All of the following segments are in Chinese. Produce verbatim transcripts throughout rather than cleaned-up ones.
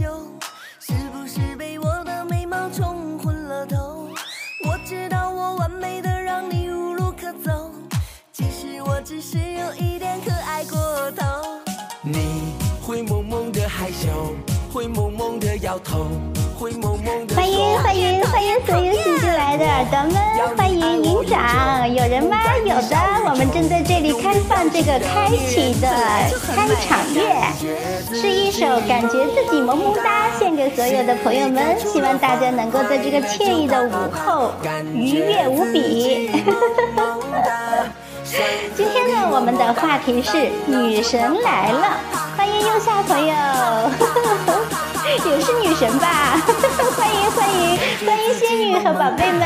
是不是被我的美貌冲昏了头？我知道我完美的让你无路可走，其实我只是有一点可爱过头。你会萌萌的害羞，会萌萌的摇头，会萌萌的。 欢迎欢迎欢迎所有新进来的耳朵们，欢迎营长，有人吗？有的，我们正在这里开放这个开启的开场乐，是一首感觉自己萌萌哒，献给所有的朋友们，希望大家能够在这个惬意的午后愉悦无比。今天呢，我们的话题是女神来了，欢迎右下朋友。也是女神吧？欢迎欢迎欢迎仙女和宝贝们。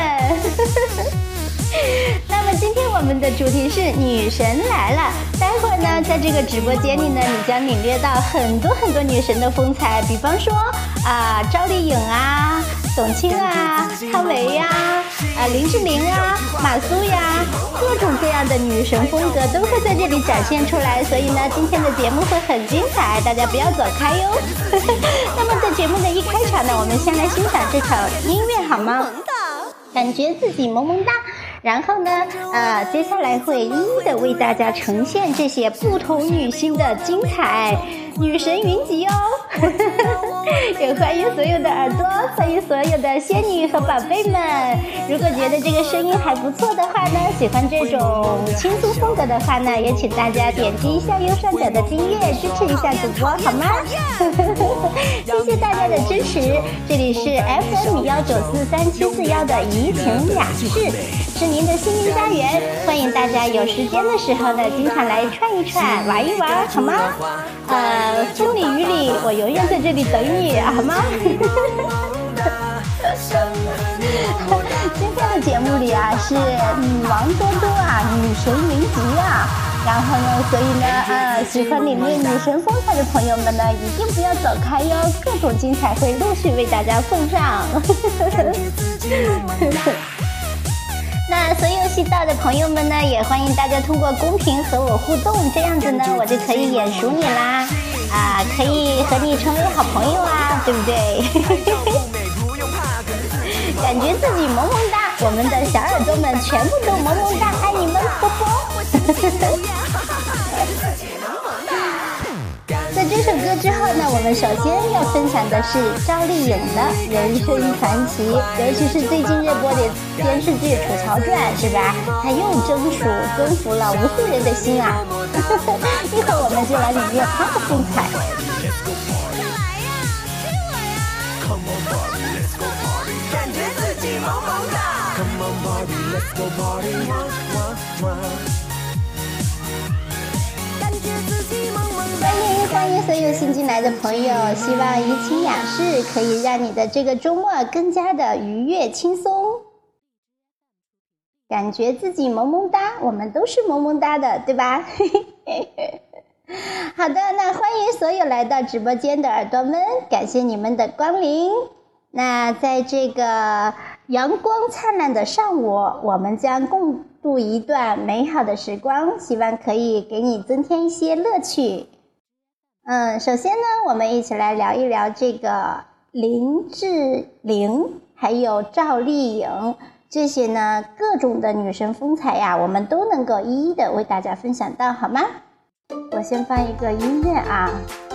那么今天我们的主题是女神来了，待会儿呢在这个直播间里呢，你将领略到很多很多女神的风采，比方说啊赵丽颖啊、董卿啊、汤唯呀、啊林志玲啊、马苏呀，各种各样的女神风格都会在这里展现出来，所以呢今天的节目会很精彩，大家不要走开哟。那么在节目的一开场呢，我们先来欣赏这首音乐好吗？感觉自己萌萌哒。然后呢，呃，接下来会一一的为大家呈现这些不同女星的精彩，女神云集哦。也欢迎所有的耳朵，欢迎所有的仙女和宝贝们。如果觉得这个声音还不错的话呢，喜欢这种轻松风格的话呢，也请大家点击一下右上角的订阅，支持一下主播好吗？谢谢大家的支持。这里是 F M 幺九四三七四幺的怡情雅室，是您的心灵家园，欢迎大家有时间的时候呢，经常来串一串，玩一玩，好吗？呃，风里雨里，我永远在这里等你，好吗？今天的节目里啊，是女王多多啊，女神云集啊。然后呢，所以呢，呃，喜欢领略女神风采的朋友们呢，一定不要走开哟，各种精彩会陆续为大家奉上。那所有新到的朋友们呢，也欢迎大家通过公屏和我互动，这样子呢，我就可以眼熟你啦，啊，可以和你成为好朋友啊，对不对？感觉自己萌萌哒，我们的小耳朵们全部都萌萌哒，爱你们，啵啵。在这首歌之后呢，我们首先要分享的是赵丽颖的人生传奇，尤其是最近热播的电视剧《楚乔传》，是吧？她又征服征服了无数人的心啊！一会儿我们就来领略她的风采。 感觉自己萌萌哒。Come on Barbie, let's go party. 感觉自己萌萌哒。 欢迎欢迎所有新进来的朋友，希望怡情雅室可以让你的这个周末更加的愉悦轻松。感觉自己萌萌哒，我们都是萌萌哒的，对吧？好的，那欢迎所有来到直播间的耳朵们，感谢你们的光临。那在这个阳光灿烂的上午，我们将共度一段美好的时光，希望可以给你增添一些乐趣。嗯，首先呢，我们一起来聊一聊这个林志玲还有赵丽颖这些呢各种的女神风采呀，我们都能够一一的为大家分享到，好吗？我先放一个音乐啊。